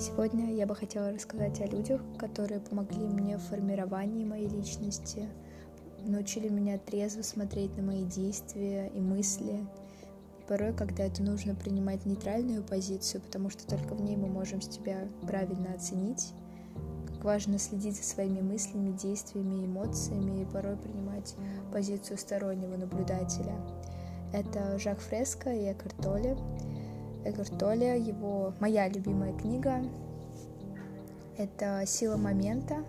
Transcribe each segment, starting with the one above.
Сегодня я бы хотела рассказать о людях, которые помогли мне в формировании моей личности, научили меня трезво смотреть на мои действия и мысли. Порой, когда это нужно, принимать нейтральную позицию, потому что только в ней мы можем себя правильно оценить. Как важно следить за своими мыслями, действиями, эмоциями и порой принимать позицию стороннего наблюдателя. Это Жак Фреско и Экхарт Толле. Экхарт Толле, моя любимая книга, это «Сила момента».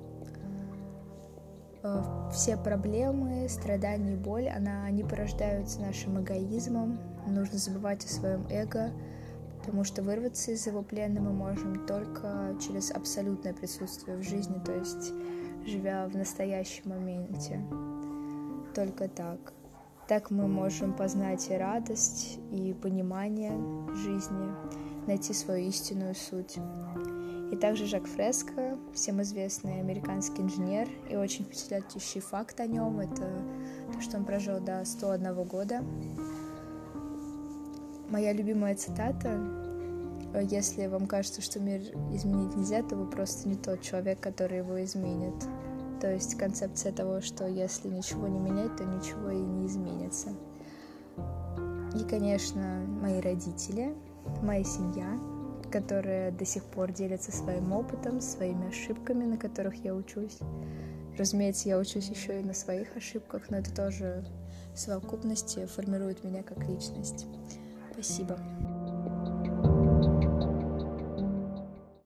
Все проблемы, страдания и боль, они порождаются нашим эгоизмом. Нужно забывать о своем эго, потому что вырваться из его плена мы можем только через абсолютное присутствие в жизни, то есть живя в настоящем моменте. Только так. Так мы можем познать и радость, и понимание жизни, найти свою истинную суть. И также Жак Фреско, всем известный американский инженер, и очень впечатляющий факт о нем — это то, что он прожил до 101 года. Моя любимая цитата: «Если вам кажется, что мир изменить нельзя, то вы просто не тот человек, который его изменит». То есть концепция того, что если ничего не менять, то ничего и не изменится. И, конечно, мои родители, моя семья, которые до сих пор делятся своим опытом, своими ошибками, на которых я учусь. Разумеется, я учусь еще и на своих ошибках, но это тоже в совокупности формирует меня как личность. Спасибо.